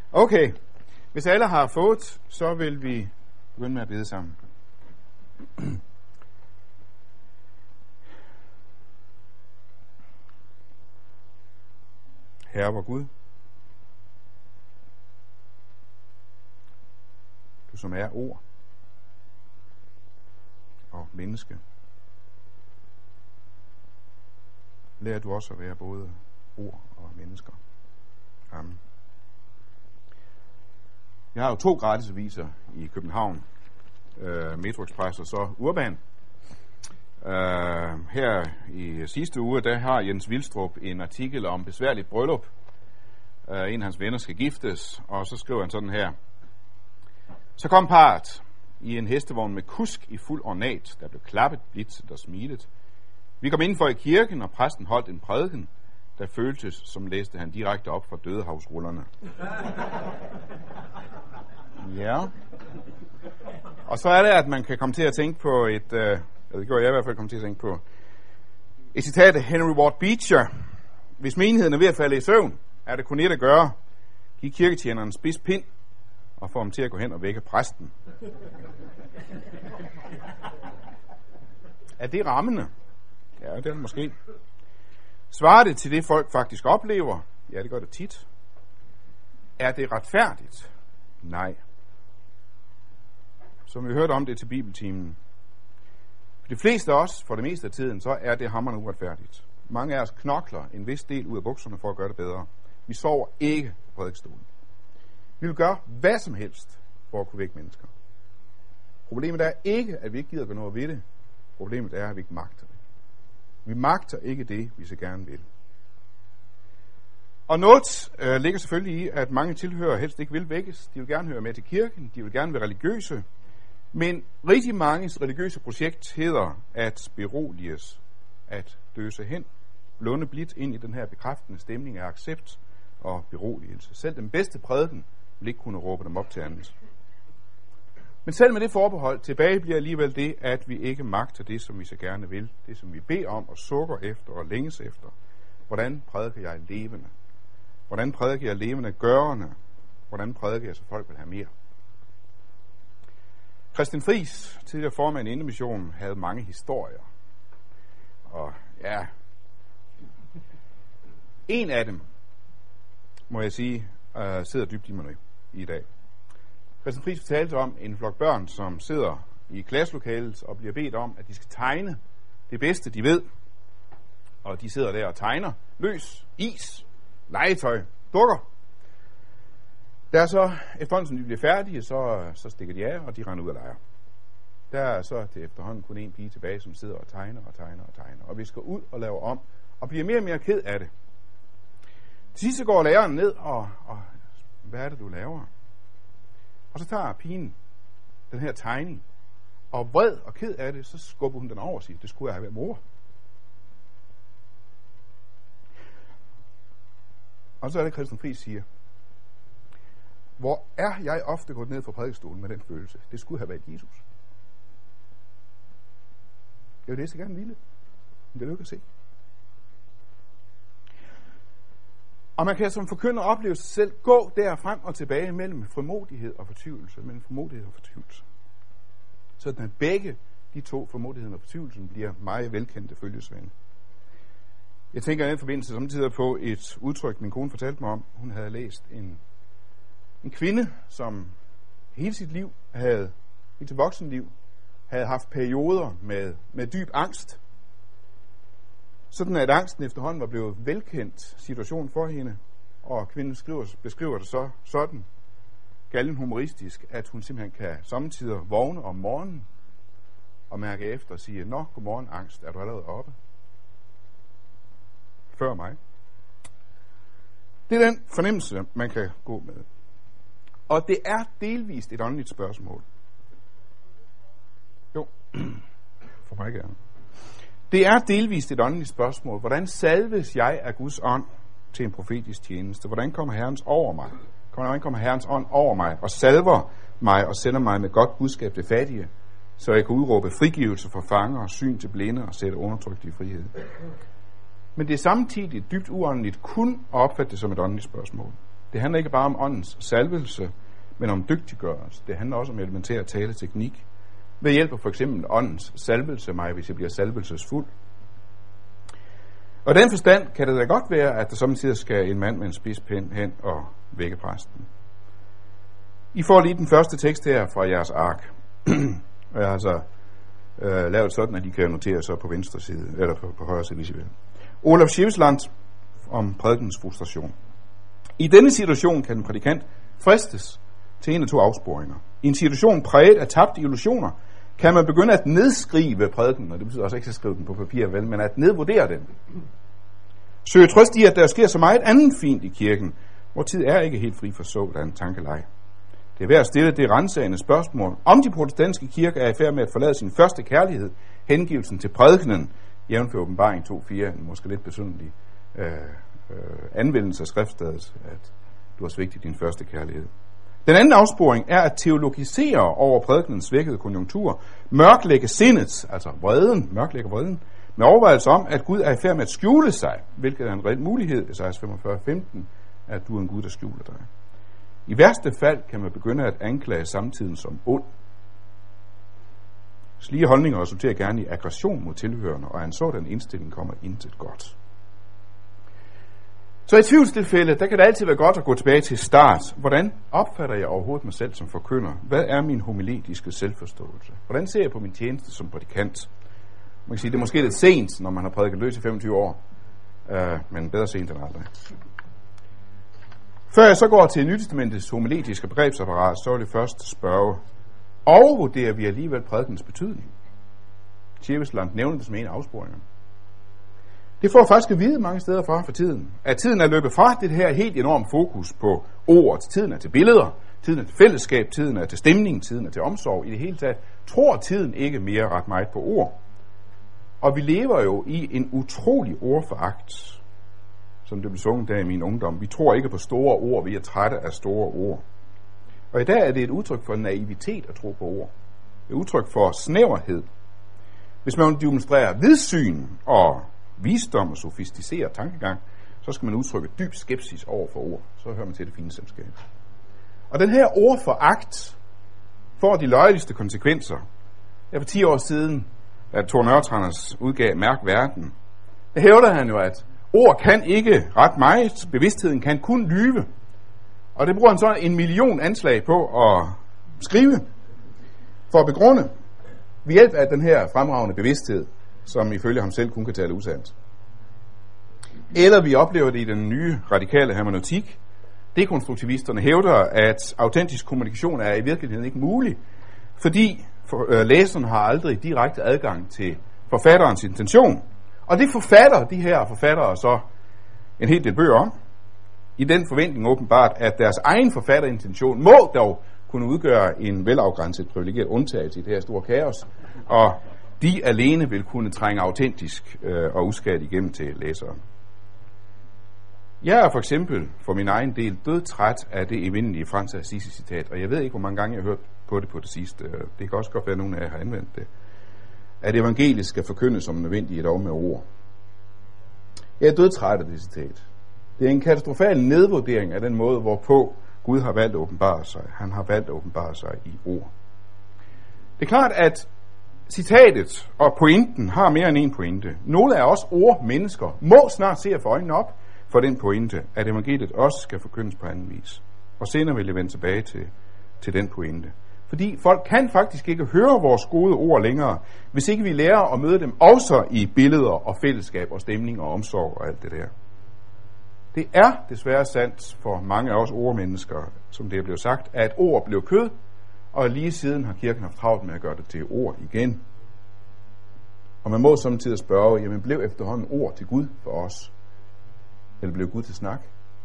Okay, hvis alle har fået, så vil vi begynde med at bede sammen. Herre vor Gud, du som er ord og menneske, lær du også at være både ord og mennesker. Amen. Jeg har jo 2 gratis aviser i København, Metro Express og så Urban. Her i sidste uge, der har Jens Vilstrup en artikel om besværligt bryllup. En af hans venner skal giftes, og så skriver han sådan her. Så kom parret i en hestevogn med kusk i fuld ornat, der blev klappet, blitzet og smilet. Vi kom indenfor i kirken, og præsten holdt en prædiken, der føltes, som læste han direkte op fra Dødehavsrullerne. Ja. Og så er det, at man kan komme til at tænke på det gjorde jeg i hvert fald komme til at tænke på, et citat af Henry Ward Beecher. Hvis menigheden er ved at falde i søvn, er det kun et at gøre. Giv kirketjeneren en spids pind, og få ham til at gå hen og vække præsten. Er det rammende? Ja, det er det måske. Svarer det til det, folk faktisk oplever? Ja, det gør det tit. Er det retfærdigt? Nej. Som vi hørte om det til bibeltimen. For de fleste af os, for det meste af tiden, så er det hamrende uretfærdigt. Mange af os knokler en vis del ud af bukserne for at gøre det bedre. Vi sover ikke på prædikestolen. Vi vil gøre hvad som helst for at kunne vække mennesker. Problemet er ikke, at vi ikke gider gøre noget ved det. Problemet er, at vi ikke magter det. Vi magter ikke det, vi så gerne vil. Og noget ligger selvfølgelig i, at mange tilhører helst ikke vil vækkes. De vil gerne høre med til kirken, de vil gerne være religiøse. Men rigtig manges religiøse projekt hedder at beroliges, at døse hen, blunde blidt ind i den her bekræftende stemning af accept og beroligelse. Selv den bedste prædiken vil ikke kunne råbe dem op til andet. Men selv med det forbehold, tilbage bliver alligevel det, at vi ikke magter det, som vi så gerne vil. Det, som vi beder om og sukker efter og længes efter. Hvordan prædiker jeg levende? Hvordan prædiker jeg levende gørende? Hvordan prædiker jeg, så folk vil have mere? Christian Friis, tidligere formand i Indemissionen, havde mange historier. Og ja, en af dem, må jeg sige, sidder dybt i mig i dag. Christian Friis fortalte om en flok børn, som sidder i klasselokalet og bliver bedt om, at de skal tegne det bedste, de ved. Og de sidder der og tegner løs, is, legetøj, dukker. Der er så, efterhånden som de bliver færdige, så stikker de af, og de render ud og leger. Der er så til efterhånden kun en pige tilbage, som sidder og tegner og tegner og tegner, og visker ud og laver om, og bliver mere og mere ked af det. Til sidst går læreren ned, og hvad er det, du laver? Og så tager pigen den her tegning, og vred og ked af det, så skubber hun den over og siger, det skulle jeg have været mor. Og så er det, Christian Friis siger, hvor er jeg ofte gået ned fra prædikestolen med den følelse, det skulle have været Jesus. Det er jo det, jeg gerne ville. Men det er jo ikke at se. Og man kan som forkynder opleve sig selv gå der frem og tilbage mellem frimodighed og fortvivlelse. Mellem frimodighed og fortvivlelse. Sådan at begge de 2, frimodigheden og fortvivlelsen, bliver meget velkendte følgesvende. Jeg tænker i den forbindelse samtidig på et udtryk, min kone fortalte mig om. Hun havde læst en kvinde, som hele sit liv hele sit voksenliv, havde haft perioder med dyb angst. Sådan at angsten efterhånden var blevet velkendt situation for hende, og kvinden beskriver det så sådan, gallen humoristisk, at hun simpelthen kan samtidig vågne om morgenen og mærke efter og sige, nå, godmorgen angst, er du allerede oppe? Før mig. Det er den fornemmelse, man kan gå med. Og det er delvist et åndeligt spørgsmål. Jo, for mig gerne. Det er delvist et åndeligt spørgsmål. Hvordan salves jeg af Guds ånd til en profetisk tjeneste? Hvordan kommer Herrens over mig? Hvordan kommer Herrens ånd over mig og salver mig og sender mig med godt budskab til fattige, så jeg kan udråbe frigivelse for fanger og syn til blinde og sætte undertrykte i frihed? Men det er samtidig dybt uåndeligt kun at opfatte det som et åndeligt spørgsmål. Det handler ikke bare om åndens salvelse, men om dygtiggørelse. Det handler også om elementær taleteknik. Ved hjælp af for eksempel åndens salvelse mig, hvis jeg bliver salvelsesfuld. Og i den forstand kan det da godt være, at der samtidig skal en mand med en spidspind hen og vække præsten. I får lige den første tekst her fra jeres ark. Og jeg har så lavet sådan, at I kan notere så på venstre side, eller på højre side, hvis I vil. Olaf Schivesland om prædikens frustration. I denne situation kan en prædikant fristes til en af to afsporinger. I en situation præget af tabte illusioner, kan man begynde at nedskrive prædiken, og det betyder også ikke at skrive den på papir, vel, men at nedvurdere den. Søge trøst i, at der sker så meget andet fint i kirken, hvor tid er ikke helt fri for sådan tankelej. Det er værd at stille det rensagende spørgsmål, om de protestantiske kirker er i færd med at forlade sin første kærlighed, hengivelsen til prædikenen, jævnfør Åbenbaring 2.4, en måske lidt besynderlig anvendelse af skriftstedet, at du har svigtet din første kærlighed. Den anden afsporing er at teologisere over prædikenens svækkede konjunktur, mørklægge sindet, altså mørklægge vreden, med overvejelse om, at Gud er i færd med at skjule sig, hvilket er en reel mulighed, Esajas 45:15, at du er en Gud, der skjuler dig. I værste fald kan man begynde at anklage samtiden som ond. Slige holdninger resulterer gerne i aggression mod tilhørende, og af en sådan indstilling kommer intet godt. Så i tvivlstilfælde, der kan det altid være godt at gå tilbage til start. Hvordan opfatter jeg overhovedet mig selv som forkynder? Hvad er min homiletiske selvforståelse? Hvordan ser jeg på min tjeneste som prædikant? Man kan sige, det er måske lidt sent, når man har prædiket løs i 25 år, men bedre sent end aldrig. Før jeg så går til Nytestamentets homiletiske begrebsapparat, så vil jeg først spørge, overvurderer vi alligevel prædikens betydning? Schivesland nævner det som en af afsporingerne. Det får faktisk at vide mange steder fra for tiden. At tiden er løbet fra det her helt enormt fokus på ord. Tiden er til billeder, tiden er til fællesskab, tiden er til stemning, tiden er til omsorg. I det hele taget tror tiden ikke mere ret meget på ord. Og vi lever jo i en utrolig ordforagt, som det blev sunget der i min ungdom. Vi tror ikke på store ord, vi er trætte af store ord. Og i dag er det et udtryk for naivitet at tro på ord. Et udtryk for snæverhed. Hvis man demonstrerer vidsyn og visdom og sofistiseret tankegang, så skal man udtrykke dyb skepsis over for ord. Så hører man til det fine selskab. Og den her ordforagt får de løjeligste konsekvenser. For 10 år siden, da Thor Nørretranders udgav Mærk Verden, der hævder han jo, at ord kan ikke ret meget, bevidstheden kan kun lyve. Og det bruger han så 1 million anslag på at skrive, for at begrunde, ved hjælp af den her fremragende bevidsthed, som ifølge ham selv kun kan tale usandt. Eller vi oplever det i den nye radikale hermeneutik. Dekonstruktivisterne hævder, at autentisk kommunikation er i virkeligheden ikke mulig, fordi læseren har aldrig direkte adgang til forfatterens intention. Og det forfatter de her forfattere så en hel del bøger om, i den forventning åbenbart, at deres egen forfatterintention må dog kunne udgøre en velafgrænset privilegeret undtagelse i det her store kaos, og de alene vil kunne trænge autentisk og uskadt igennem til læseren. Jeg er for eksempel for min egen del dødtræt af det evindelige Frans af Assisi citat, og jeg ved ikke, hvor mange gange jeg har hørt på det sidste. Det kan også godt være, at nogen af jer har anvendt det. At evangeliet skal forkyndes som nødvendigt dog med ord. Jeg er dødtræt af det citat. Det er en katastrofal nedvurdering af den måde, hvorpå Gud har valgt at åbenbare sig. Han har valgt at åbenbare sig i ord. Det er klart, at citatet og pointen har mere end en pointe. Nogle af os ordmennesker må snart se at få øjnene op for den pointe, at evangeliet også skal forkyndes på anden vis. Og senere vil jeg vende tilbage til den pointe. Fordi folk kan faktisk ikke høre vores gode ord længere, hvis ikke vi lærer at møde dem også i billeder og fællesskab og stemning og omsorg og alt det der. Det er desværre sandt for mange af os ordmennesker, som det er blevet sagt, at ord blev kød, og lige siden har kirken haft travlt med at gøre det til ord igen. Og man må samtidig spørge, jamen blev efterhånden ord til Gud for os? Eller blev Gud til snak?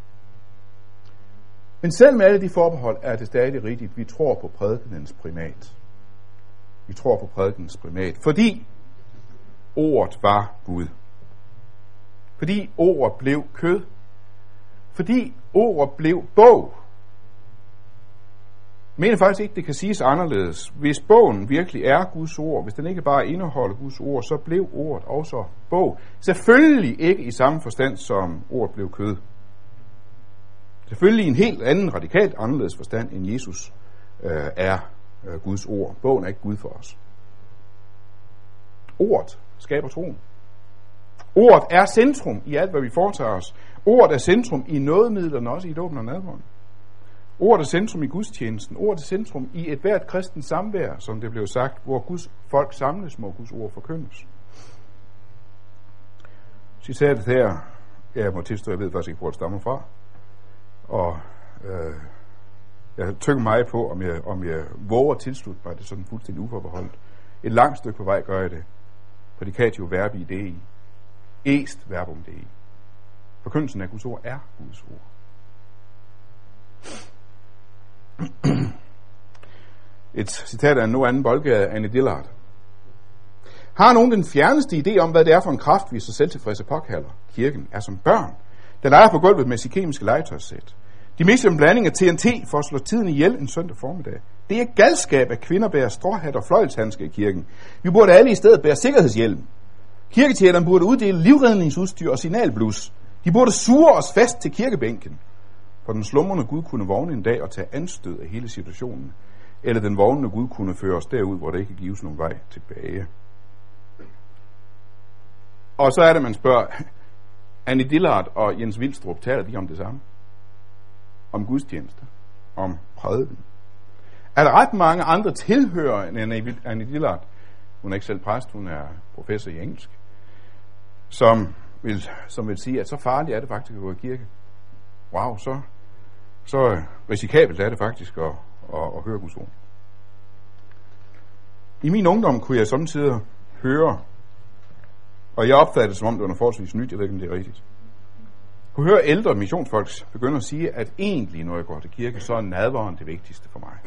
Men selv med alle de forbehold er det stadig rigtigt. Vi tror på prædikenens primat. Vi tror på prædikenens primat, fordi ordet var Gud. Fordi ordet blev kød. Fordi ordet blev bog. Jeg mener faktisk ikke, det kan siges anderledes. Hvis bogen virkelig er Guds ord, hvis den ikke bare indeholder Guds ord, så blev ordet også bog. Selvfølgelig ikke i samme forstand, som ordet blev kød. Selvfølgelig i en helt anden, radikalt anderledes forstand, end Jesus er Guds ord. Bogen er ikke Gud for os. Ordet skaber troen. Ordet er centrum i alt, hvad vi foretager os. Ordet er centrum i nådemidlerne, også i dåben og nadveren. Ordet er centrum i gudstjenesten. Ordet er centrum i et hvert kristent samvær, som det blev sagt, hvor Guds folk samles, må Guds ord forkyndes. Citatet her, jeg må tilstå, jeg ved faktisk ikke, hvor det stammer fra. Og jeg tykker mig på, om jeg våger tilslutte mig det sådan fuldstændig uforbeholdt. Et langt stykke på vej gør jeg det. Prædicatio verbi dei. Est verbum dei. Forkyndelsen af Guds ord er Guds ord. Et citat af en nu anden boldgade af Anne Dillard. Har nogen den fjerneste idé om, hvad det er for en kraft, vi så selvtilfredse påkalder? Kirken er som børn, der leger på gulvet med sit kemiske legetøjssæt. De mister en blanding af TNT for at slå tiden ihjel en søndag formiddag. Det er galskab, at kvinder bærer stråhat og fløjlshandsker i kirken. Vi burde alle i stedet bære sikkerhedshjelm. Kirketjeneren burde uddele livredningsudstyr og signalblus. De burde sure os fast til kirkebænken. For den slumrende Gud kunne vågne en dag og tage anstød af hele situationen. Eller den vågnende Gud kunne føre os derud, hvor der ikke gives nogen vej tilbage. Og så er det, man spørger, Anne Dillard og Jens Vilstrup, taler de om det samme? Om gudstjenester? Om prædiken? Er der ret mange andre tilhørere end Anne Dillard? Hun er ikke selv præst, hun er professor i engelsk. Som vil sige, at så farligt er det faktisk at gå i kirke. Wow, så risikabelt er det faktisk at høre Guds ord. I min ungdom kunne jeg samtidig høre, og jeg opfattede det som om det var noget forholdsvis nyt, jeg ved ikke om det er rigtigt. Jeg kunne høre ældre missionsfolk begynde at sige, at egentlig når jeg går til kirke, så er nadveren det vigtigste for mig.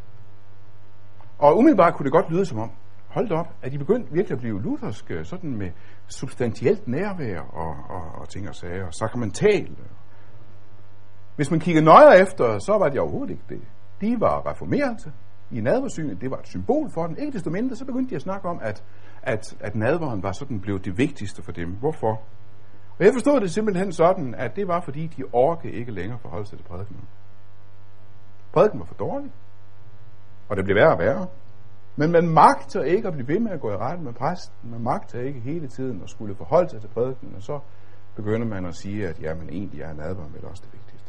Og umiddelbart kunne det godt lyde som om, hold da op, at de begyndte virkelig at blive lutherske, sådan med substantielt nærvær og ting og sager, og sakramentale. Hvis man kigger nøjere efter, så var de overhovedet ikke det. De var reformerede i nadversynet, det var et symbol for den. Ikke desto mindre, så begyndte de at snakke om, at nadveren var sådan blevet det vigtigste for dem. Hvorfor? Og jeg forstod det simpelthen sådan, at det var fordi, de orkede ikke længere forholde sig til prædikenen. Prædiken var for dårlig, og det blev værre og værre. Men man magter ikke at blive ved med at gå i retten med præsten. Man magter ikke hele tiden at skulle forholde sig til prædikenen, og så begynder man at sige, at jamen egentlig er nadveren vel også det vigtigste.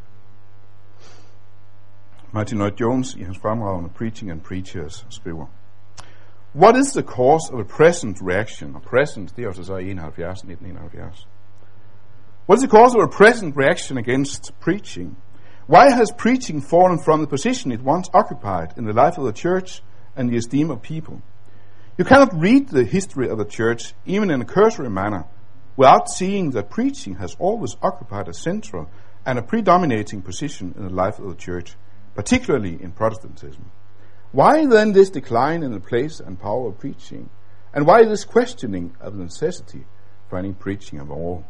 Martin Lloyd-Jones i hans fremragende Preaching and Preachers skriver: What is the cause of a present reaction? Og present, det er altså så i 1971. What is the cause of a present reaction against preaching? Why has preaching fallen from the position it once occupied in the life of the church and the esteem of people? You cannot read the history of the church, even in a cursory manner, without seeing that preaching has always occupied a central and a predominating position in the life of the church, particularly in Protestantism. Why then this decline in the place and power of preaching? And why this questioning of the necessity for any preaching of all?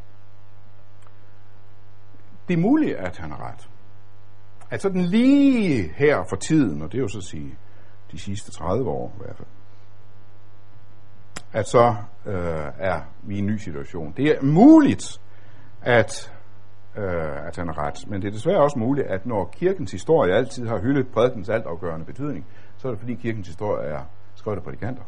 Det er muligt, at han har ret. At sådan lige her for tiden, og det er jo så at sige de sidste 30 år i hvert fald, at så er vi i en ny situation. Det er muligt, at han har ret, men det er desværre også muligt, at når kirkens historie altid har hyldet prædikens altafgørende betydning, så er det fordi kirkens historie er skrevet af prædikanter.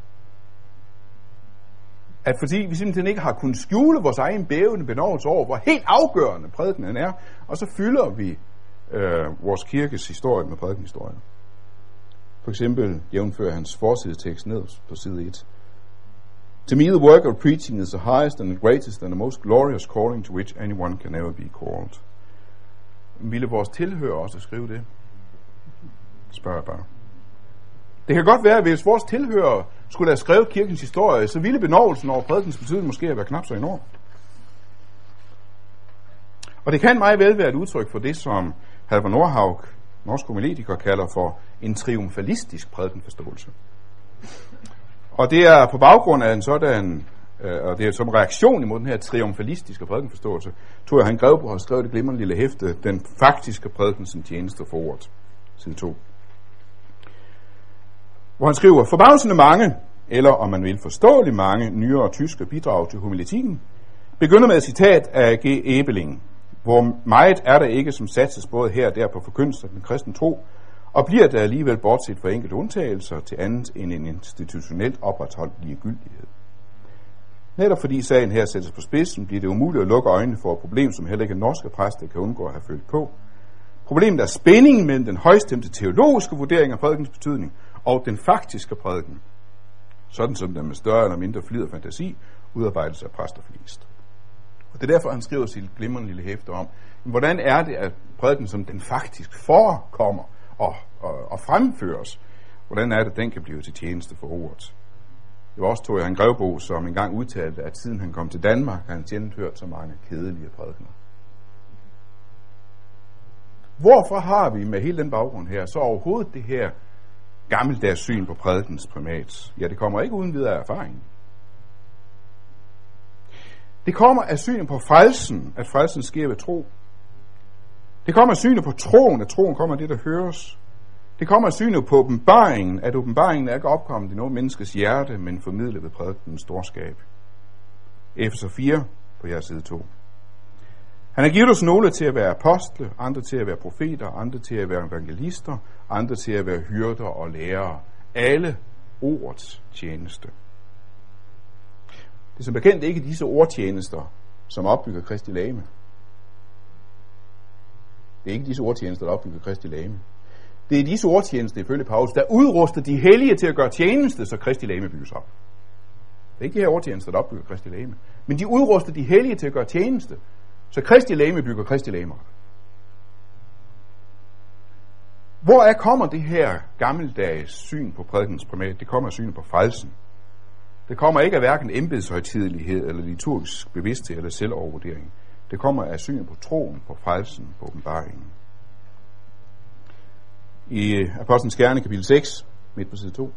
At fordi vi simpelthen ikke har kunnet skjule vores egen bævende benovelse over, hvor helt afgørende prædikenen er, og så fylder vi vores kirkes historie med prædikenhistorien. For eksempel jævnfører hans forsidetekst ned på side 1. To me, the work of preaching is the highest and the greatest and the most glorious calling to which anyone can ever be called. Ville vores tilhører også skrive det? Spørger jeg bare. Det kan godt være, at hvis vores tilhører skulle have skrevet kirkens historie, så ville benovelsen over prædikens betydning måske have været knap så enorm. Og det kan meget vel være et udtryk for det, som Halvor Nordhaug, norsk homiletiker, kalder for en triumfalistisk prædikenforståelse. Og det er på baggrund af en sådan, og det er som reaktion imod den her triumfalistiske prædikenforståelse, tror jeg, han Grevbo har skrevet det glimrende lille hæfte, Den faktiske prædiken som tjeneste for ordet, side 2. Hvor han skriver, forbavsende mange, eller om man vil forståelig mange, nyere tyske bidrag til homiletikken, begynder med et citat af G. Ebeling. Hvor meget er der ikke, som satses både her og der på forkyndelse af den kristne tro, og bliver der alligevel bortset fra enkelte undtagelser til andet end en institutionelt opretholdt ligegyldighed. Netop fordi sagen her sættes på spidsen, bliver det umuligt at lukke øjnene for et problem, som heller ikke norske præster kan undgå at have følt på. Problemet er spændingen mellem den højstemte teologiske vurdering af prædikens betydning og den faktiske prædiken, sådan som den med større eller mindre flid og fantasi udarbejdes af præster flest. Og det er derfor, han skriver sit glimrende lille hæfte om, hvordan er det, at prædiken som den faktisk forekommer og fremføres, hvordan er det, den kan blive til tjeneste for ordet. Det var også Thor Johan Grevbo, som engang udtalte, at siden han kom til Danmark, har han sjældent hørt så mange kedelige prædikener. Hvorfor har vi med hele den baggrund her så overhovedet det her gammeldags syn på prædikens primat? Ja, det kommer ikke uden videre erfaring. Det kommer af synet på frelsen, at frelsen sker ved tro. Det kommer af synet på troen, at troen kommer af det, der høres. Det kommer af synet på åbenbaringen, at åbenbaringen er ikke opkommet i noget menneskes hjerte, men formidlet ved prædikens storskab. Efeser 4 på jeres side 2. Han har givet os nogle til at være apostle, andre til at være profeter, andre til at være evangelister, andre til at være hyrder og lærere. Alle ordets tjeneste. Det er som bekendt ikke disse ordtjenester, som opbygger Kristi legeme. Det er ikke disse ordtjenester, der opbygger Kristi legeme. Det er disse ordtjenester, ifølge Paulus, der udruster de hellige til at gøre tjeneste, så Kristi legeme bygges op. Det er ikke de her ordtjenester, der opbygger Kristi legeme. Men de udruster de hellige til at gøre tjeneste, så Kristi legeme bygger Kristi legeme op. Hvor kommer det her gammeldags syn på prædikens primat? Det kommer af synet på frelsen. Det kommer ikke af hverken embedshøjtidelighed eller liturgisk bevidsthed eller selvovervurdering. Det kommer af synet på troen, på frelsen, på åbenbaringen. I Apostlenes Gerninger kapitel 6, midt på side 2.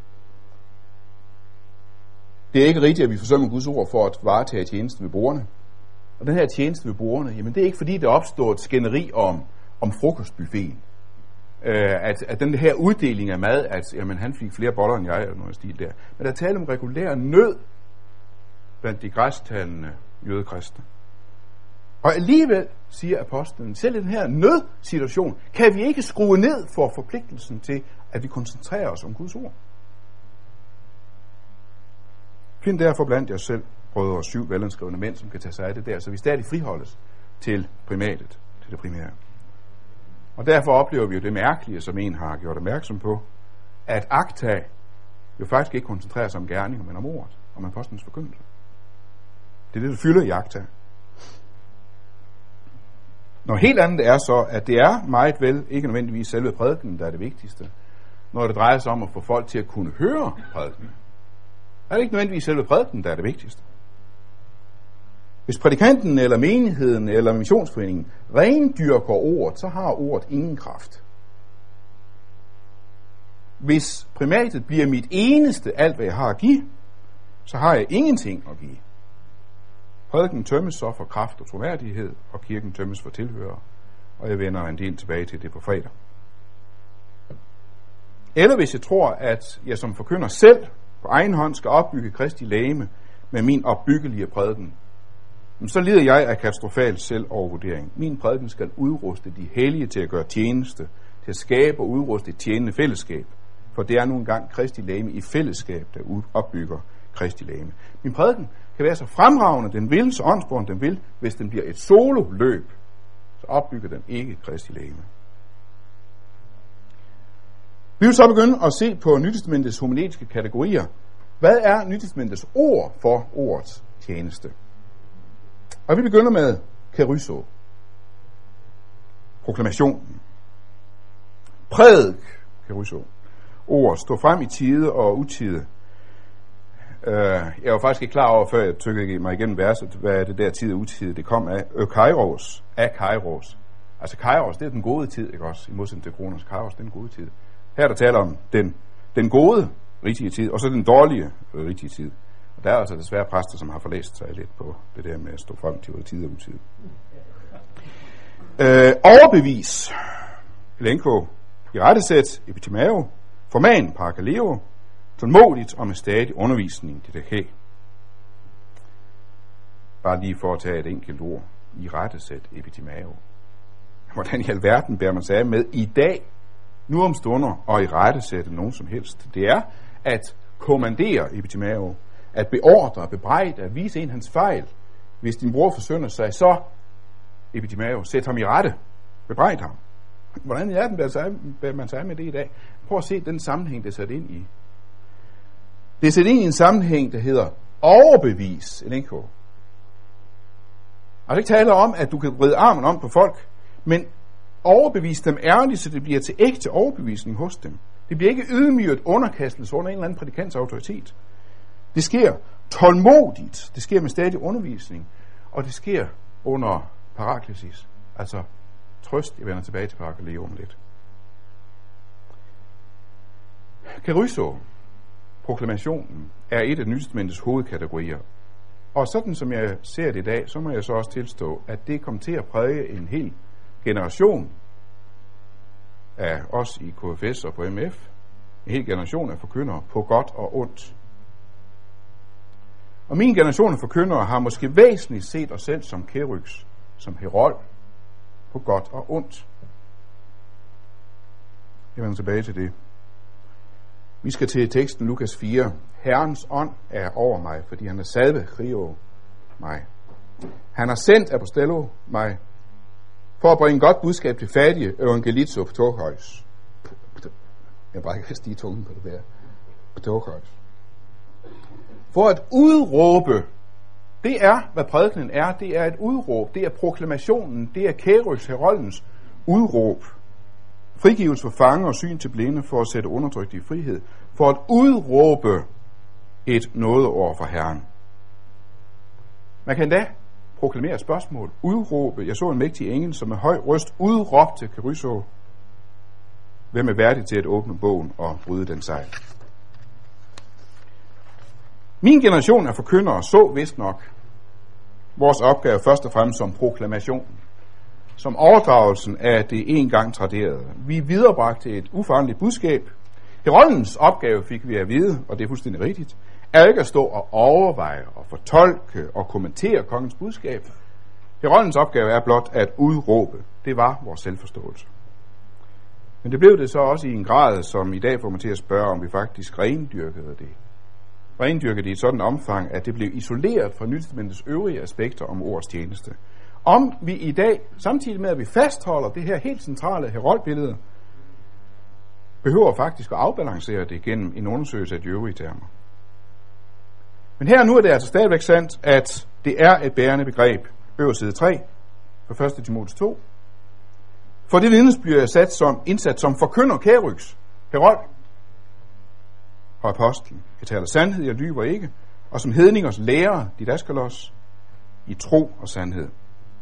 Det er ikke rigtigt, at vi forsømmer Guds ord for at varetage tjenesten ved bordene. Og den her tjeneste ved bordene, jamen det er ikke fordi, der opstår et skænderi om frokostbuffeten. At den her uddeling af mad, at jamen, han fik flere boller end jeg, eller noget stil der. Men der taler om regulær nød blandt de græstalende jødekristne. Og alligevel, siger apostlen, selv i den her nødsituation, kan vi ikke skrue ned for forpligtelsen til, at vi koncentrerer os om Guds ord. Find derfor blandt jer selv, brødre og 7 velanskrivende mænd, som kan tage sig af det der, så vi stadig friholdes til primatet, til det primære. Og derfor oplever vi jo det mærkelige, som en har gjort opmærksom på, at akta jo faktisk ikke koncentrerer sig om gerninger, men om ordet, om apostlenes forkyndelse. Det er det, der fylder i akta. Noget helt andet er så, at det er meget vel ikke nødvendigvis selve prædiken, der er det vigtigste, når det drejer sig om at få folk til at kunne høre prædiken. Er det ikke nødvendigvis selve prædiken, der er det vigtigste? Hvis prædikanten eller menigheden eller missionsforeningen rendyrker ordet, så har ordet ingen kraft. Hvis primatet bliver mit eneste alt, hvad jeg har at give, så har jeg ingenting at give. Prædiken tømmes så for kraft og troværdighed, og kirken tømmes for tilhører, og jeg vender en del tilbage til det på fredag. Eller hvis jeg tror, at jeg som forkynder selv på egen hånd skal opbygge Kristi legeme med min opbyggelige prædiken, så lider jeg af katastrofal selvovervurdering. Min prædiken skal udruste de hellige til at gøre tjeneste, til at skabe og udruste et tjenende fællesskab. For det er nu engang Kristi legeme i fællesskab, der opbygger Kristi legeme. Min prædiken kan være så fremragende, den vil, så åndsbåren den vil, hvis den bliver et sololøb, så opbygger den ikke Kristi legeme. Vi vil så begynde at se på Nytestamentets homiletiske kategorier. Hvad er Nytestamentets ord for ordets tjeneste? Og vi begynder med keryso, proklamationen. Prædik, keryso. Ord står frem i tide og utide. Jeg var faktisk ikke klar over, før jeg tykkede mig igennem verset, hvad er det der tid og utide, det kom af kairos, af kairos. Altså kairos, det er den gode tid, ikke også? I modsætning til kronos, kairos, det er den gode tid. Her der taler om den gode, rigtige tid, og så den dårlige, rigtige tid. Og der er altså desværre præster, som har forlæst sig lidt på det der med at stå frem til tid og utide. Overbevis, elenko, i rettesæt, epitimao, forman, parakaleo, tålmodigt og med stadig undervisning, det der kan. Bare lige for at tage et enkelt ord. i rettesæt Epitimao. Hvordan i alverden bærer man sig af med i dag, nu om stunder, og i rettesætte nogen som helst? Det er at kommandere Epitimao, at beordre, at bebrejde, at vise en hans fejl. Hvis din bror forsynder sig, så Epitimao, sæt ham i rette, bebrejde ham. Hvordan i alverden bærer man sig af med det i dag? Prøv at se den sammenhæng, det er sat ind i. Det er sat ind i en sammenhæng, der hedder overbevis, ikke? Altså ikke tale om, at du kan vride armen om på folk, men overbevis dem ærligt, så det bliver til ægte overbevisning hos dem. Det bliver ikke ydmyget underkastelse under en eller anden prædikants autoritet. Det sker tålmodigt, det sker med stadig undervisning, og det sker under paraklesis. Altså trøst, jeg vender tilbage til parakaleo om lidt. Kerysso, proklamationen, er et af Nye Testamentets hovedkategorier. Og sådan som jeg ser det i dag, så må jeg så også tilstå, at det kom til at præge en hel generation af os i KFS og på MF, en hel generation af forkyndere på godt og ondt. Og min generation af forkyndere har måske væsentligt set os selv som Keryx, som herold, på godt og ondt. Jeg vender tilbage til det. Vi skal til teksten Lukas 4. Herrens ånd er over mig, fordi han har salvet Krio mig. Han har sendt apostello mig, for at bringe godt budskab til fattige evangelizo på Torkhøjs. Jeg bare ikke stige tungen på det der. På Torkhøjs. For at udråbe, det er, hvad prædikenen er, det er et udråb, det er proklamationen, det er Keryx, heroldens udråb. Frigivelse for fanger og syn til blinde for at sætte undertrykte i frihed, for at udråbe et nådeår fra Herren. Man kan da proklamere spørgsmål, udråbe. Jeg så en mægtig engel, som med høj røst udråbte til Kerysso, hvem er værdig til at åbne bogen og bryde den sejl. Min generation af forkyndere så vist nok vores opgave først og fremmest som proklamation, som overdragelsen af det engang traderede. Vi viderebragte et uforanderligt budskab. Heroldens opgave fik vi at vide, og det er fuldstændig rigtigt, er ikke at stå og overveje og fortolke og kommentere kongens budskab. Heroldens opgave er blot at udråbe. Det var vores selvforståelse. Men det blev det så også i en grad, som i dag får mig til at spørge, om vi faktisk rendyrkede det. Rendyrkede det i et sådan omfang, at det blev isoleret fra Nye Testamentets øvrige aspekter om ordets tjeneste. Om vi i dag, samtidig med at vi fastholder det her helt centrale heroldbillede, behøver faktisk at afbalancere det gennem en undersøgelse af de øvrige termer. Men her nu er det altså stadigvæk sandt, at det er et bærende begreb, øverst side 3, for 1. Timotheus 2. For det vidnesbyrd er indsat som forkynder Keryx, herold og apostlen. Jeg taler sandhed, jeg lyver ikke, og som hedningers lærer, didaskalos, i tro og sandhed.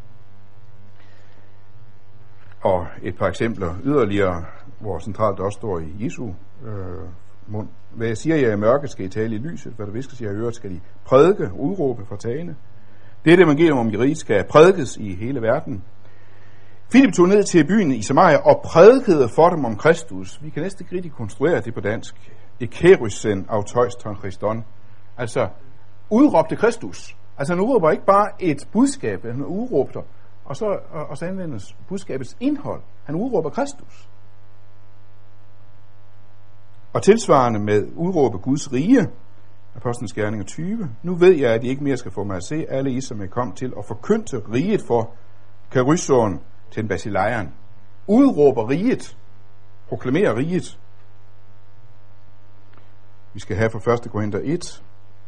Og et par eksempler yderligere, hvor centralt også står i Jesu mund. Hvad jeg siger jer i mørket, skal I tale i lyset. Hvad der viskes jer i øret, skal I prædike og udråbe fra tagene. Dette evangelium om riget skal prædikes i hele verden. Filip tog ned til byen i Samaria og prædikede for dem om Kristus. Vi kan næsten ikke rigtig konstruere det på dansk. Ekerysen autois ton Christon. Altså, udråbte Kristus. Altså, han udråber ikke bare et budskab, han udråbter, og så anvendes budskabets indhold. Han udråber Kristus. Og tilsvarende med udråbe Guds rige, Apostlenes Gerninger 20. Nu ved jeg, at I ikke mere skal få mig at se, alle I, som er kommet til at forkynde riget for Keryssoen til en basileieren. Udråber riget. Proklamerer riget. Vi skal have fra 1. Korinther 1.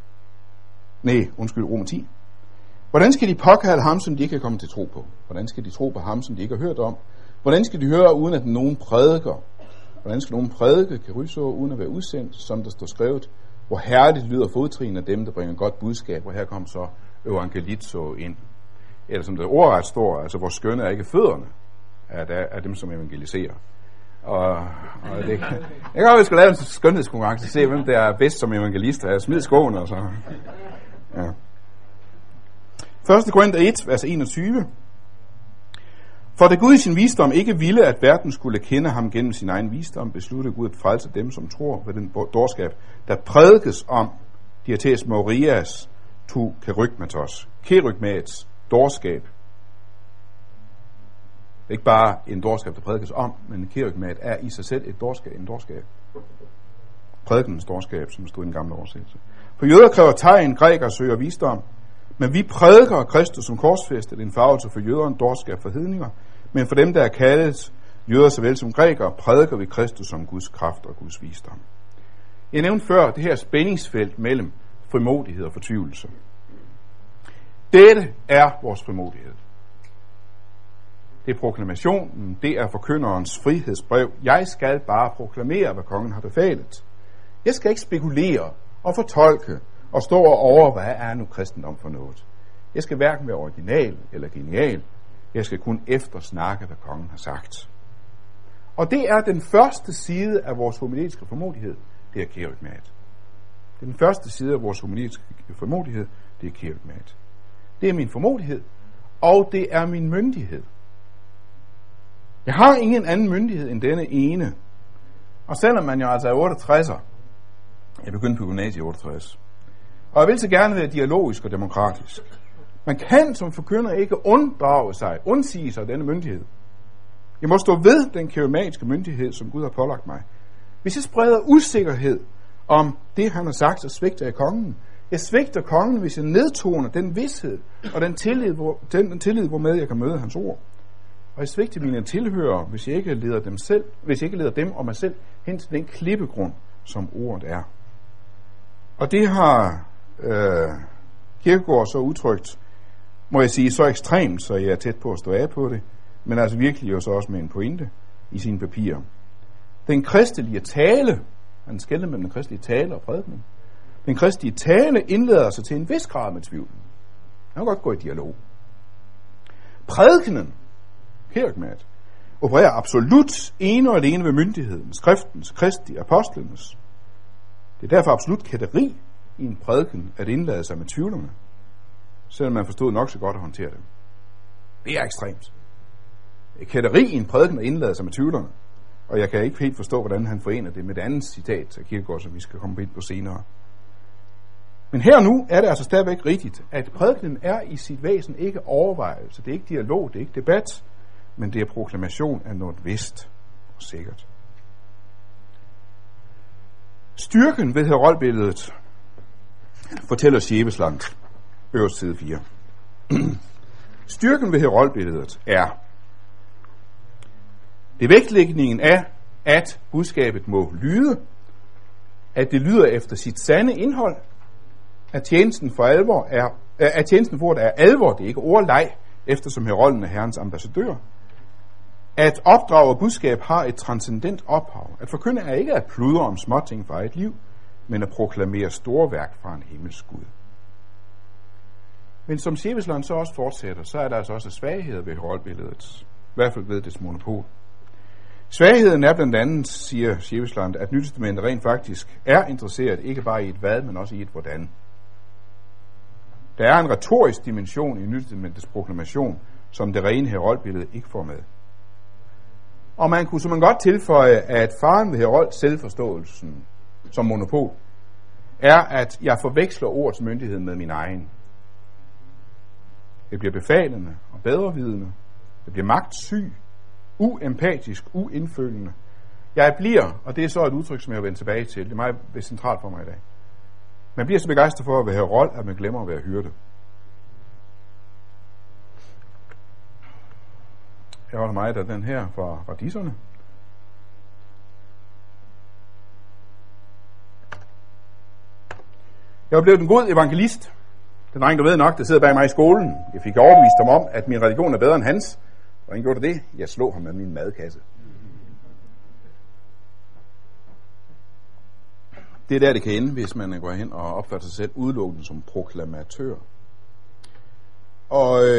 Romer 10. Hvordan skal de påkalde ham, som de ikke kan komme til tro på? Hvordan skal de tro på ham, som de ikke har hørt om? Hvordan skal de høre, uden at nogen prædiker? Hvordan skal nogen prædike Kerysso, uden at være udsendt, som der står skrevet? Hvor herligt lyder fodtrin af dem, der bringer godt budskab, og her kommer så evangelizo ind. Eller som det ordret står, altså hvor skønne er ikke fødderne af dem, som evangeliserer. Og det kan godt, at vi skal lave en skønhedskonkurrence og se, hvem der er bedst som evangelister. Jeg smid skoene og så. Ja. 1. Korinther 1, vers 21. For da Gud i sin visdom ikke ville, at verden skulle kende ham gennem sin egen visdom, besluttede Gud at frelse dem, som tror ved den dårskab, der prædikes om diates Morias tu kerygmatos. Kerygmats dårskab. er ikke bare en dårskab, der prædikes om, men kerygmat er i sig selv en dårskab. Prædikenens dårskab, som stod i den gamle oversættelse. For jøder kræver tegn, grækere søger visdom, men vi prædiker Kristus som korsfæstet, en farvelse for jøder, en dårskab for hedninger, men for dem, der er kaldet jøder såvel som grækere, prædiker vi Kristus som Guds kraft og Guds visdom. Jeg nævnte før det her spændingsfelt mellem frimodighed og fortvivlelse. Dette er vores frimodighed. Det er proklamationen, det er forkynderens frihedsbrev. Jeg skal bare proklamere, hvad kongen har befalet. Jeg skal ikke spekulere og fortolke og stå og over, hvad er nu kristendom for noget. Jeg skal hverken være original eller genial. Jeg skal kun eftersnakke, hvad kongen har sagt. Og det er den første side af vores homiletiske frimodighed, det er kerygmat. Det er den første side af vores homiletiske frimodighed, det er kerygmat. Det er min frimodighed, og det er min myndighed. Jeg har ingen anden myndighed end denne ene. Og selvom man jo altså er 68'er, jeg begyndte på gymnasiet i 68, og jeg vil så gerne være dialogisk og demokratisk. Man kan som forkynder ikke undsige sig denne myndighed. Jeg må stå ved den kerygmatiske myndighed, som Gud har pålagt mig. Hvis jeg spreder usikkerhed om det, han har sagt, så svigter jeg kongen. Jeg svigter kongen, hvis jeg nedtoner den vished og den tillid, hvormed jeg kan møde hans ord. Og jeg svigter mine tilhørere, hvis jeg ikke leder dem og mig selv hen til den klippegrund, som ordet er. Og det har Kierkegaard så udtrykt, må jeg sige, så ekstremt, så jeg er tæt på at stå af på det, men altså virkelig jo så også med en pointe i sine papirer. Den kristelige tale, han skelner mellem den kristelige tale og prædikning. Den kristelige tale indleder sig til en vis grad med tvivlen. Han kan godt gå i dialog. Prædikenen, kerygmat, opererer absolut ene og alene ved myndigheden, skriftens, Kristi, apostlenes. Det er derfor absolut kætteri i en prædiken at indlade sig med tvivlerne, selvom man forstod nok så godt at håndtere dem. Det er ekstremt. Kætteri i en prædiken at indlade sig med tvivlerne, og jeg kan ikke helt forstå, hvordan han forener det med det andet citat af Kierkegaard, som vi skal komme ind på senere. Men her nu er det altså stadigvæk rigtigt, at prædikenen er i sit væsen ikke overvejelse, det er ikke dialog, det er ikke debat, men det er proklamation af noget vist og sikkert. Styrken ved heroldbilledet fortæller Sjævesland, øverst side 4. Styrken ved heroldbilledet er det vægtlægningen af, at budskabet må lyde, at det lyder efter sit sande indhold, at tjenesten for ordet er alvor, det er ikke ordleg, eftersom herolden er herrens ambassadør, at opdrag og budskab har et transcendent ophav, at forkynde er ikke at pludre om småting fra et liv, men at proklamere storværk fra en himmelsk Gud. Men som Sjævesland så også fortsætter, så er der altså også svagheder ved heroldbilledet, i hvert fald ved dets monopol. Svagheden er blandt andet, siger Sjævesland, at Nytestamentet rent faktisk er interesseret ikke bare i et hvad, men også i et hvordan. Der er en retorisk dimension i Nytestamentets proklamation, som det rene heroldbillede ikke får med. Og man kunne så godt tilføje, at faren ved herold selvforståelsen som monopol er, at jeg forveksler ordets myndighed med min egen. Det bliver befalende og bedrevidende. Det bliver magtsyg, uempatisk, uindfølende. Jeg bliver, og det er så et udtryk, som jeg vil vende tilbage til, det er meget centralt for mig i dag. Man bliver så begejstret for at være herold, at man glemmer at være hyrde. Jeg holder mig, der den her fra Radisserne. Jeg er blevet en god evangelist. Den dreng, der ved nok, der sidder bag mig i skolen. Jeg fik overbevist ham om, at min religion er bedre end hans. Hvordan gjorde det? Jeg slog ham med min madkasse. Det er der, det kan ende, hvis man går hen og opfatter sig selv udelukkende som proklamatør. Og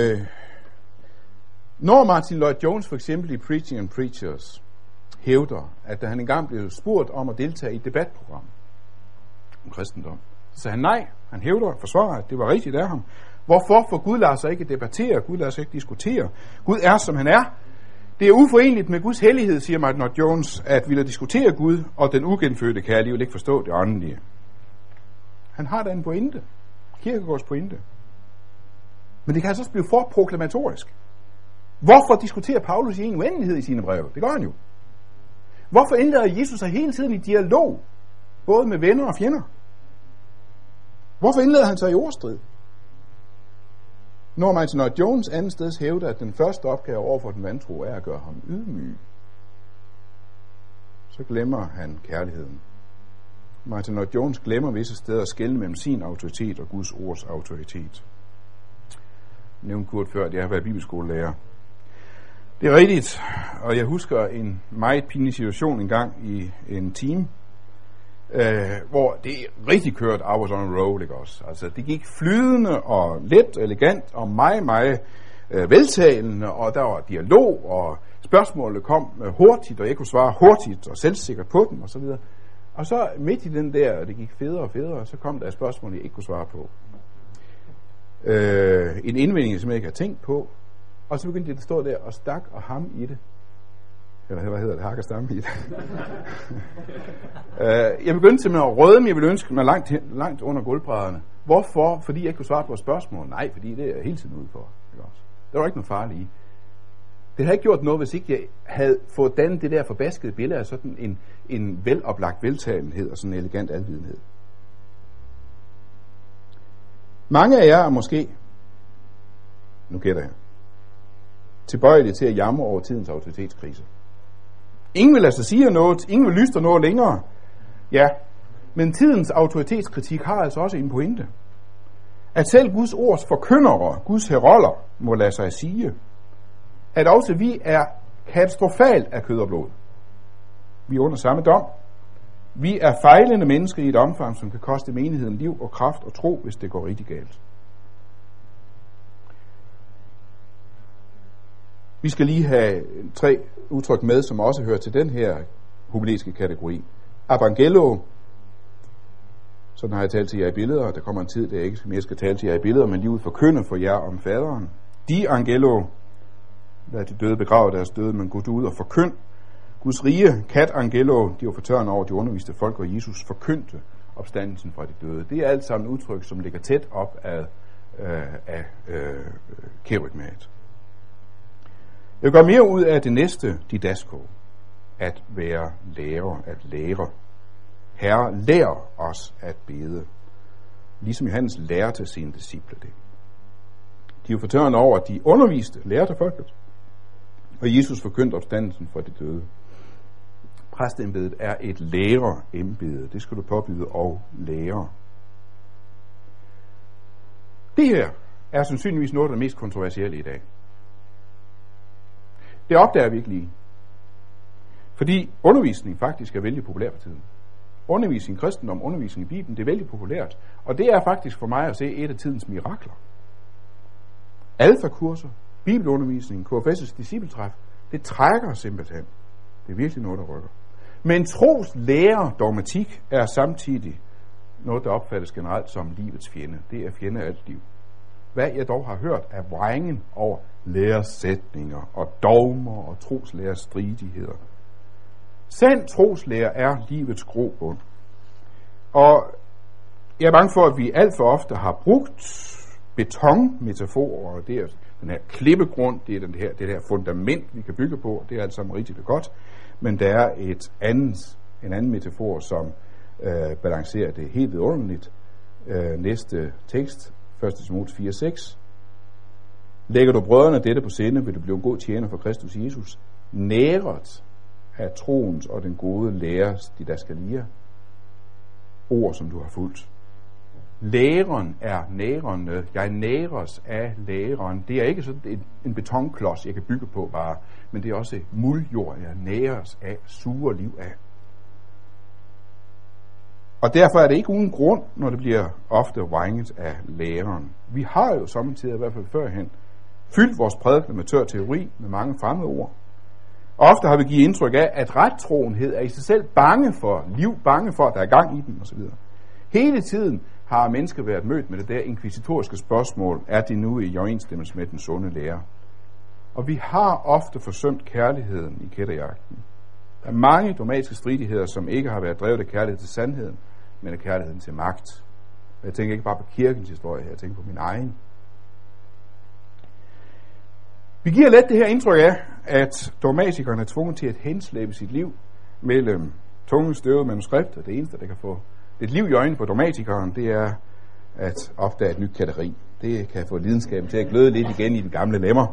når Martin Lloyd Jones for eksempel i Preaching and Preachers hævder, at da han engang blev spurgt om at deltage i et debatprogram om kristendom, så sagde han nej. Han hævder og forsvarer, at det var rigtigt af ham. Hvorfor? For Gud lader sig ikke debattere, Gud lader sig ikke diskutere. Gud er, som han er. Det er uforeneligt med Guds hellighed, siger Martin Lloyd Jones, at ville diskutere Gud, og den ugenfødte kan alligevel ikke forstå det åndelige. Han har da en pointe. Kierkegaards pointe. Men det kan altså også blive for proklamatorisk. Hvorfor diskuterer Paulus i en uendelighed i sine breve? Det gør han jo. Hvorfor indlader Jesus sig hele tiden i dialog, både med venner og fjender? Hvorfor indlader han sig i ordstrid? Når Martin Lloyd Jones andet steds hævder, at den første opgave overfor den vantro er at gøre ham ydmyg, så glemmer han kærligheden. Martin Lloyd Jones glemmer visse steder at skelne mellem sin autoritet og Guds ords autoritet. Jeg nævnte Kurt før, at jeg har været bibelskolelærer. Det er rigtigt, og jeg husker en meget pinlig situation en gang i en time, hvor det rigtig kørte I was on a roll, ikke også? Altså, det gik flydende og let og elegant og meget veltalende, og der var dialog, og spørgsmålene kom hurtigt, og jeg kunne svare hurtigt og selvsikkert på dem, og så videre. Og så midt i den der, og det gik federe og federe, så kom der et spørgsmål, jeg ikke kunne svare på. En indvending, som jeg ikke havde tænkt på, og så begyndte jeg at stå der og stak og ham i det. Eller hvad hedder det? Hak og stamme i det. Jeg begyndte simpelthen at rødme, jeg ville ønske mig langt under gulvbrædderne. Hvorfor? Fordi jeg ikke kunne svare på et spørgsmål? Nej, fordi det er jeg hele tiden ude for. Der var ikke noget farligt i. Det havde ikke gjort noget, hvis ikke jeg havde fået dannet det der forbaskede billede af sådan en veloplagt veltalenhed og sådan en elegant alvidenhed. Mange af jer er måske, nu gætter jeg, tilbøjelige til at jamre over tidens autoritetskrise. Ingen vil lade sig sige noget, ingen vil lyste noget længere. Ja, men tidens autoritetskritik har altså også en pointe. At selv Guds ords forkyndere, Guds herolder, må lade sig sige, at også vi er katastrofalt af kød og blod. Vi er under samme dom. Vi er fejlende mennesker i et omfang, som kan koste menigheden liv og kraft og tro, hvis det går rigtig galt. Vi skal lige have 3 udtryk med, som også hører til den her homiletiske kategori. Evangelo, sådan har jeg talt til jer i billeder, der kommer en tid, der jeg ikke mere skal tale til jer i billeder, men lige ud forkynde for jer om faderen. De angelo, lad de døde begrave deres døde, men gå ud og forkynd. Guds rige, kat angelo, de var fortørnet over de underviste folk, og Jesus forkyndte opstandelsen fra de døde. Det er alt sammen udtryk, som ligger tæt op af kerygmaet. Jeg gør mere ud af det næste didasko, at være lærer, at lære. Herre, lær os at bede, ligesom Johannes lærte sine disciple det. De var fortørnet over, at de underviste, lærte folket, og Jesus forkyndte opstandelsen fra de døde. Præsteembedet er et lærerembede. Det skal du påbyde og lære. Det her er sandsynligvis noget af det mest kontroversielle i dag. Det opdager vi ikke lige. Fordi undervisning faktisk er vældig populær for tiden. Undervisning i kristendom, undervisning i Bibelen, det er vældig populært. Og det er faktisk for mig at se et af tidens mirakler. Alfakurser, bibelundervisning, KFS' discipletræf, det trækker simpelthen. Det er virkelig noget, der rykker. Men tros lære dogmatik er samtidig noget, der opfattes generelt som livets fjende. Det er fjende af alt liv. Hvad jeg dog har hørt er vrængen over læresætninger og dogmer og troslærers stridigheder. Sand troslære er livets grobund. Og jeg er bange for, at vi alt for ofte har brugt betonmetaforer, og det er den her klippegrund, det er det her fundament, vi kan bygge på, det er alt sammen rigtig godt, men der er en anden metafor, som balancerer det helt vidunderligt. Næste tekst, 1. Timotheus 4:6. Lægger du brødrene dette på sinde, vil du blive en god tjener for Kristus Jesus, næret af troens og den gode læres didaskalia, ord som du har fulgt. Læreren er nærende. Jeg næres af læreren. Det er ikke sådan en betonklods, jeg kan bygge på bare, men det er også muldjord, jeg næres af, suger liv af. Og derfor er det ikke uden grund, når det bliver ofte vrænget af læreren. Vi har jo samtidig, i hvert fald førhen, fyldt vores prædikener med tør teori, med mange fremmede ord. Og ofte har vi givet indtryk af, at rettroenhed er i sig selv bange for liv, bange for, at der er gang i den osv. Hele tiden har mennesker været mødt med det der inkvisitoriske spørgsmål, er det nu i overensstemmelse med den sunde lære? Og vi har ofte forsømt kærligheden i kætterjagten. Der er mange dogmatiske stridigheder, som ikke har været drevet af kærlighed til sandheden, men af kærligheden til magt. Og jeg tænker ikke bare på kirkens historie her, jeg tænker på min egen. Vi giver let det her indtryk af, at dogmatikeren er tvunget til at henslæbe sit liv mellem tunge støvede manuskripter. Det eneste, der kan få et liv i øjnene på dogmatikeren, det er at opdage et nyt katteri. Det kan få lidenskaben til at gløde lidt igen i de gamle lemmer.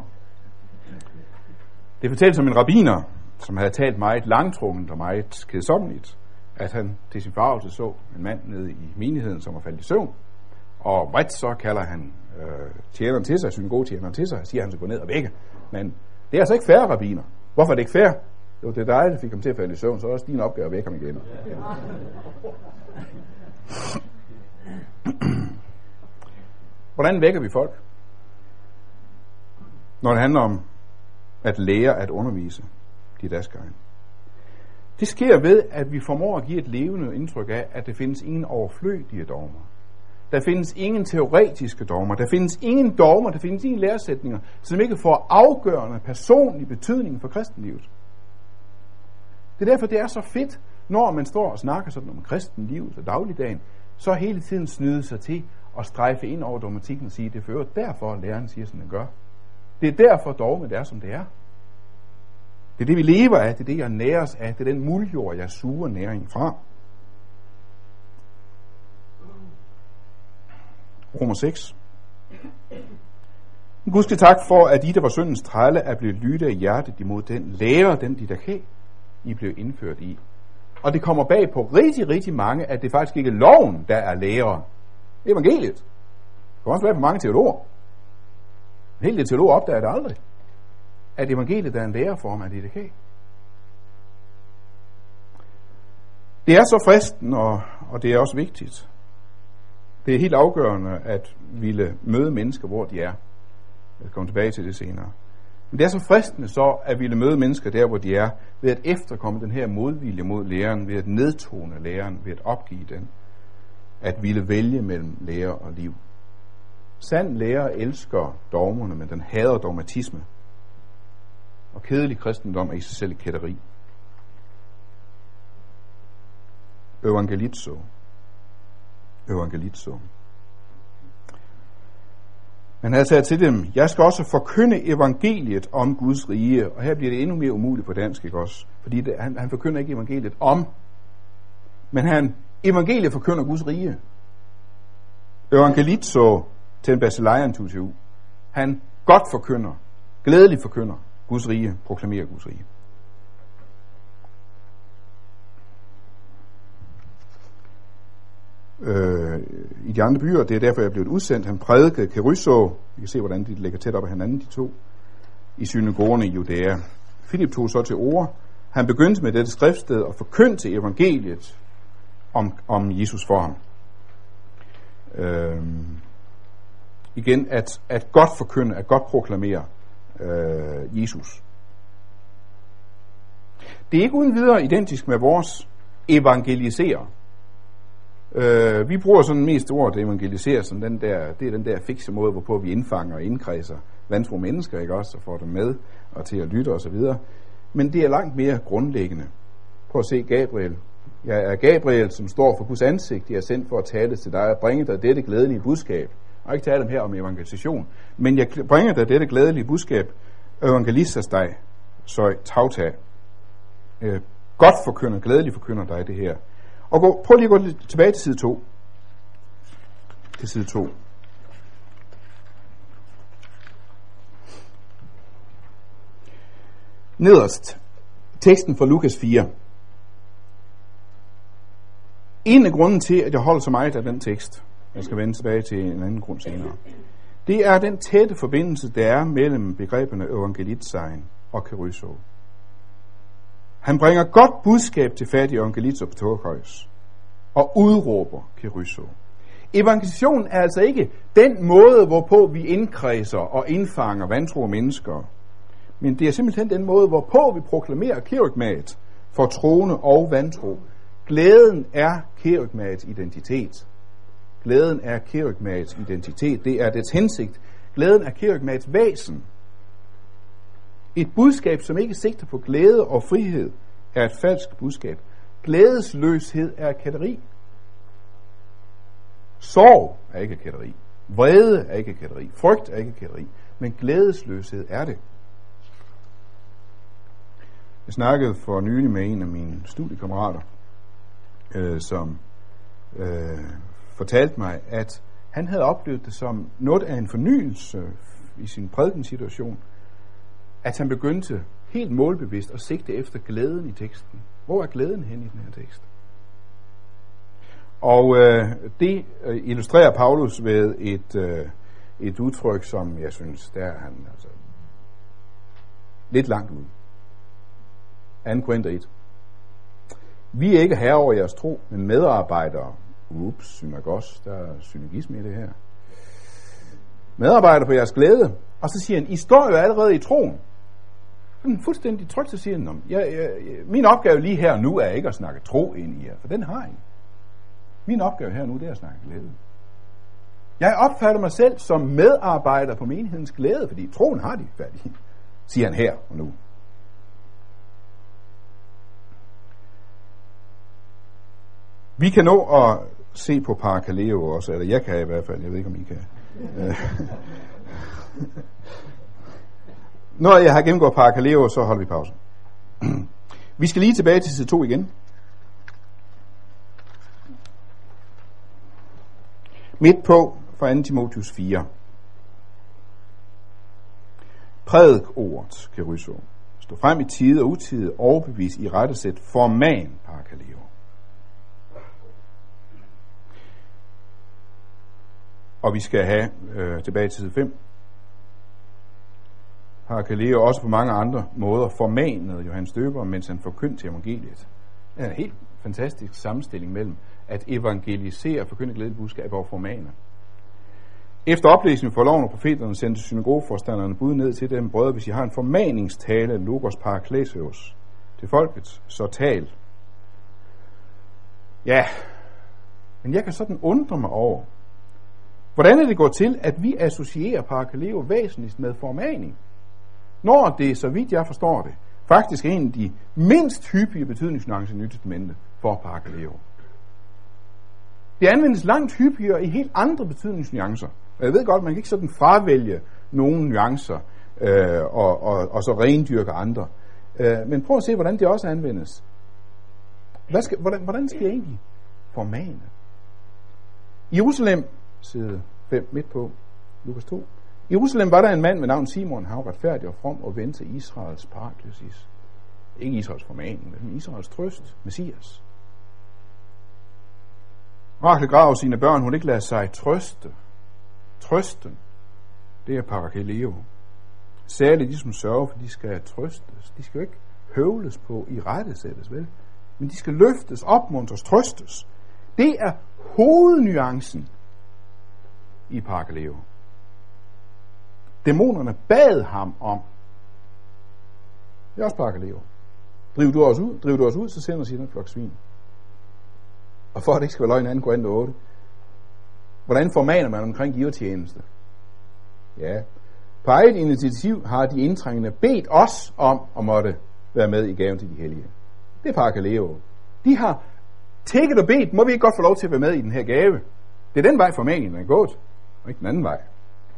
Det fortælles om en rabbiner, som havde talt meget langtrukket og meget kedsommeligt, at han til sin forargelse så en mand nede i menigheden, som var faldet i søvn. Og bredt så kalder han tjeneren til sig, synagogetjeneren til sig, og siger, at han skal gå ned og vække. Men det er altså ikke fair, rabbiner. Hvorfor er det ikke fair? Jo, det er dig, der fik ham til at falde i søvn, så er det også din opgave at vække ham igen. Hvordan vækker vi folk? Når det handler om at lære at undervise de daskeren. Det sker ved, at vi formår at give et levende indtryk af, at der findes ingen overflødige dogmer. Der findes ingen teoretiske dogmer. Der findes ingen dogmer, der findes ingen læresætninger, som ikke får afgørende personlig betydning for kristenlivet. Det er derfor, det er så fedt, når man står og snakker sådan om kristenlivet og dagligdagen, så hele tiden snyde sig til at strejfe ind over dogmatikken og sige, at det fører derfor, at læreren siger, som den gør. Det er derfor dogmet er, som det er. Det er det, vi lever af. Det er det, jeg næres af. Det er den muldjord, jeg suger næring fra. Romer 6. Gud skal tak for, at I, der var syndens trælle, er blevet lyttet af hjertet imod den lære, den de der kan, I blev indført i. Og det kommer bag på rigtig, rigtig mange, at det faktisk ikke er loven, der er lærer. Evangeliet. Det kommer også bag på mange teologer. Helt det teologer opdager det aldrig. At evangeliet er en læreform af det, der kan. Det er så fristende, og det er også vigtigt. Det er helt afgørende at ville møde mennesker, hvor de er. Jeg kommer tilbage til det senere. Men det er så fristende så at ville møde mennesker der, hvor de er, ved at efterkomme den her modvilje mod læreren, ved at nedtone læreren, ved at opgive den. At ville vælge mellem lære og liv. Sand lærer elsker dogmerne, men den hader dogmatisme. Og kedelig kristendom er i sig selv et kætteri. Evangelizo. Man havde sagt til dem, jeg skal også forkynde evangeliet om Guds rige. Og her bliver det endnu mere umuligt på dansk, ikke også? Fordi han forkynder ikke evangeliet om, men evangeliet forkynder Guds rige. Evangelizo til en basileian tusiu. Han godt forkynder, glædeligt forkynder Guds rige, proklamerer Guds rige. I de andre byer, det er derfor, jeg er blevet udsendt. Han prædikede Keryso. Vi kan se, hvordan de ligger tæt op af hinanden, de to, i synagogerne i Judæa. Filip tog så til ord. Han begyndte med dette skriftsted og forkyndte evangeliet om Jesus for ham. Igen, at godt forkynde, at godt proklamere Jesus. Det er ikke uden videre identisk med vores evangelisere. Vi bruger sådan mest ordet evangelisere som det er den der fikse måde, hvorpå vi indfanger og indkredser vantro mennesker, ikke også, og får dem med og til at lytte osv. Men det er langt mere grundlæggende. Prøv at se Gabriel. Jeg er Gabriel, som står for Guds ansigt. Jeg er sendt for at tale til dig og bringe dig dette glædelige budskab. Jeg har ikke talt dem her om evangelisation, men jeg bringer dig dette glædelige budskab. Evangelistas dig, så tagtag. Godt forkynder, glædeligt forkynder dig det her. Og prøv lige at gå tilbage til side 2. Til side 2. Nederst. Teksten fra Lukas 4. En af grunden til, at jeg holder så meget af den tekst, jeg skal vende tilbage til en anden grund senere, det er den tætte forbindelse, der er mellem begreberne evangelitsein og keryso. Han bringer godt budskab til fattige evangelister på Torkøjs og udråber keryso. Evangelisation er altså ikke den måde, hvorpå vi indkredser og indfanger vantro mennesker, men det er simpelthen den måde, hvorpå vi proklamerer kerygmat for troende og vantro. Glæden er kerygmats identitet. Glæden er kerygmats identitet. Det er dets hensigt. Glæden er kerygmats væsen. Et budskab, som ikke sigter på glæde og frihed, er et falsk budskab. Glædesløshed er et kætteri. Sorg er ikke et kætteri. Vrede er ikke et kætteri. Frygt er ikke et kætteri. Men glædesløshed er det. Jeg snakkede for nylig med en af mine studiekammerater, som fortalte mig, at han havde oplevet det som noget af en fornyelse i sin prædikensituation, at han begyndte helt målbevidst at sigte efter glæden i teksten. Hvor er glæden hen i den her tekst? Og det illustrerer Paulus ved et udtryk, som jeg synes, der er han altså lidt langt ud. 2. Korinther 1. Vi er ikke herre over jeres tro, men medarbejdere. Synagos, der er synergisme i det her. Medarbejdere på jeres glæde. Og så siger han, I står jo allerede i troen. Sådan fuldstændig trygt, så siger han, min opgave lige her og nu er ikke at snakke tro ind i jer, for den har I. Min opgave her og nu, det er at snakke glæde. Jeg opfatter mig selv som medarbejder på menighedens glæde, fordi troen har de færdig, siger han her og nu. Vi kan nå at se på parakaleo også, eller jeg kan i hvert fald, jeg ved ikke om I kan. Når jeg har gennemgået parakaleo, så holder vi pause. Vi skal lige tilbage til side 2 igen. Midt på fra 2. Timotheus 4. Prædik ordet, Keryso. Stå frem i tide og utide, overbevis i rettesæt, forman parakaleo. Og vi skal have tilbage til side 5. Parakaleo også på mange andre måder formanede Johannes Døber, mens han forkyndte evangeliet. Det er en helt fantastisk sammenstilling mellem at evangelisere og forkynde glædebudskab og formane. Efter oplæsningen for loven og profeterne sendte synagogeforstanderne bud ned til dem, brødre, hvis I har en formaningstale, logos parakleseus, til folket, så tal. Ja, men jeg kan sådan undre mig over, hvordan er det gået til, at vi associerer parakaleo væsentligst med formaning, når det, så vidt jeg forstår det, faktisk er en af de mindst hyppige betydningsnuancer i Nyt Testamente for parakaleo. Det anvendes langt hyppigere i helt andre betydningsnuancer. Og jeg ved godt, man kan ikke sådan fravælge nogle nuancer og så rendyrke andre. Men prøv at se, hvordan det også anvendes. Hvordan skal jeg egentlig formane? I Jerusalem, side 5 midt på, Lukas 2. I Jerusalem var der en mand med navn Simon, han var retfærdig og from og vendte til Israels paraklesis. Ikke Israels formaning, men Israels trøst, Messias. Rachel graver sine børn, hun ikke lader sig trøste. Trøsten, det er parakaleo. Særligt de, som sørger, for de skal trøstes. De skal jo ikke høvles på, i rettesættes, vel? Men de skal løftes, opmuntres, trøstes. Det er hovednuancen i parakaleo. Dæmonerne bad ham om. Det er også parakaleo. Driv du os ud, så sender sig den flok svin. Og for at det ikke skal være løgn 2. Korinther 8. Hvordan formaner man omkring givertjeneste? Ja, på eget initiativ har de indtrængende bedt os om at måtte være med i gaven til de hellige. Det er parakaleo. De har tækket og bedt, må vi ikke godt få lov til at være med i den her gave? Det er den vej formaningen er gået, og ikke den anden vej.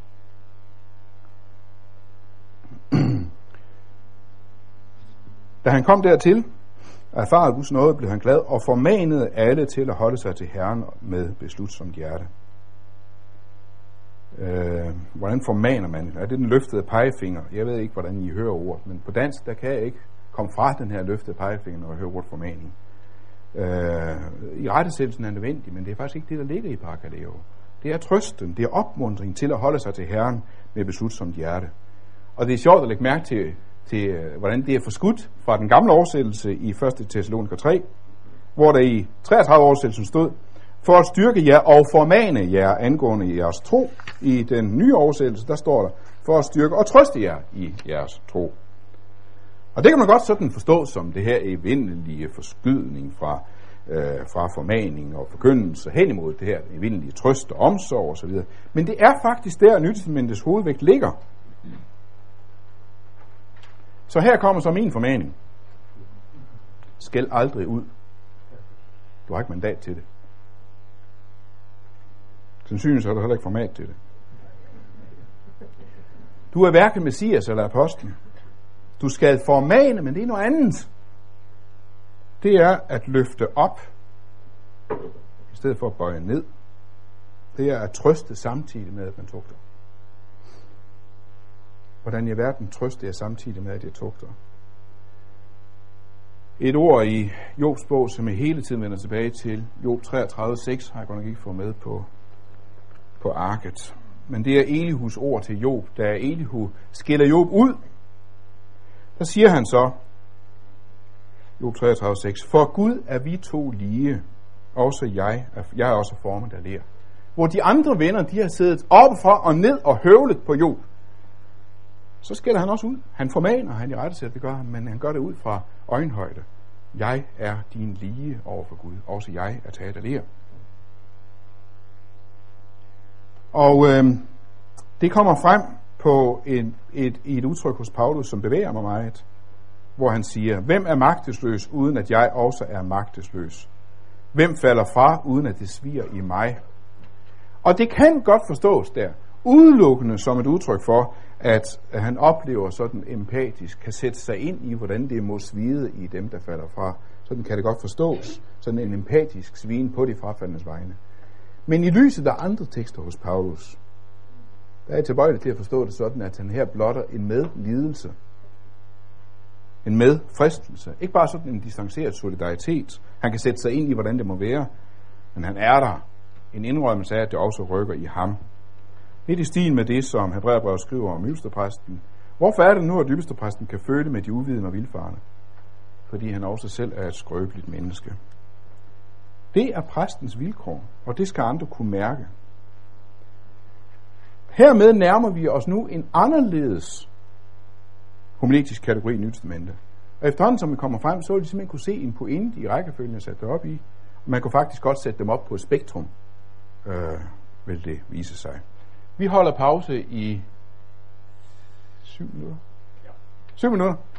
Da han kom dertil, erfarede Guds nåde, blev han glad og formanede alle til at holde sig til Herren med beslutsomt hjerte. Hvordan formaner man? Er det den løftede pegefinger? Jeg ved ikke, hvordan I hører ordet, men på dansk, der kan jeg ikke komme fra den her løftede pegefinger, når jeg hører ordet formaning. I rettesættelsen er nødvendig, men det er faktisk ikke det, der ligger i parakaleo. Det er trøsten, det er opmuntring til at holde sig til Herren med beslutsomt hjerte. Og det er sjovt at lægge mærke til hvordan det er forskudt fra den gamle oversættelse i 1. Thessaloniker 3, hvor der i 33 oversættelsen stod, for at styrke jer og formane jer angående jeres tro. I den nye oversættelse, der står der, for at styrke og trøste jer i jeres tro. Og det kan man godt sådan forstå som det her evindelige forskydning fra formaning og forkyndelse hen imod det her evindelige trøst og omsorg osv. Men det er faktisk der, Nyt Testamentets hovedvægt ligger. Så her kommer så min formaning. Skæld aldrig ud. Du har ikke mandat til det. Sandsynligvis har du heller ikke format til det. Du er hverken Messias eller apostlen. Du skal formane, men det er noget andet. Det er at løfte op, i stedet for at bøje ned. Det er at trøste samtidig med, at man tugter. Hvordan i verden trøster jeg samtidig med, at jeg tugter? Et ord i Jobs bog, som jeg hele tiden vender tilbage til, Job 33:6, har jeg godt nok ikke fået med på arket. Men det er Elihus ord til Job. Da Elihu skiller Job ud, der siger han så, Job 33:6, for Gud er vi to lige, også jeg er også formen der ler. Hvor de andre venner, de har siddet oppefra og ned og høvlet på Job. Så skælder han også ud. Han formaner, han i rette sæt, det gør han, men han gør det ud fra øjenhøjde. Jeg er din lige over for Gud. Også jeg er taget af ler. Og det kommer frem på et udtryk hos Paulus, som bevæger mig meget, hvor han siger, hvem er magtesløs, uden at jeg også er magtesløs? Hvem falder fra, uden at det sviger i mig? Og det kan godt forstås der, udelukkende som et udtryk for, at han oplever sådan empatisk, kan sætte sig ind i, hvordan det må svide i dem, der falder fra. Sådan kan det godt forstås, sådan en empatisk svin på de frafaldendes vegne. Men i lyset af andre tekster hos Paulus, der er jeg tilbøjelig til at forstå det sådan, at han her blotter en medlidelse, en medfristelse. Ikke bare sådan en distanceret solidaritet. Han kan sætte sig ind i, hvordan det må være, men han er der. En indrømmelse af, at det også rykker i ham. Lidt i stil med det, som Hebræerbrevet skriver om ypperstepræsten. Hvorfor er det nu, at ypperstepræsten kan føle med de uvidende og vildfarne? Fordi han også selv er et skrøbeligt menneske. Det er præstens vilkår, og det skal andre kunne mærke. Hermed nærmer vi os nu en anderledes homiletisk kategori i Nyt Testamente. Og efterhånden, som vi kommer frem, så vil de simpelthen kunne se en pointe i rækkefølgen, jeg satte det op i. Man kunne faktisk godt sætte dem op på et spektrum, vil det vise sig. Vi holder pause i 7 minutter. 7 minutter.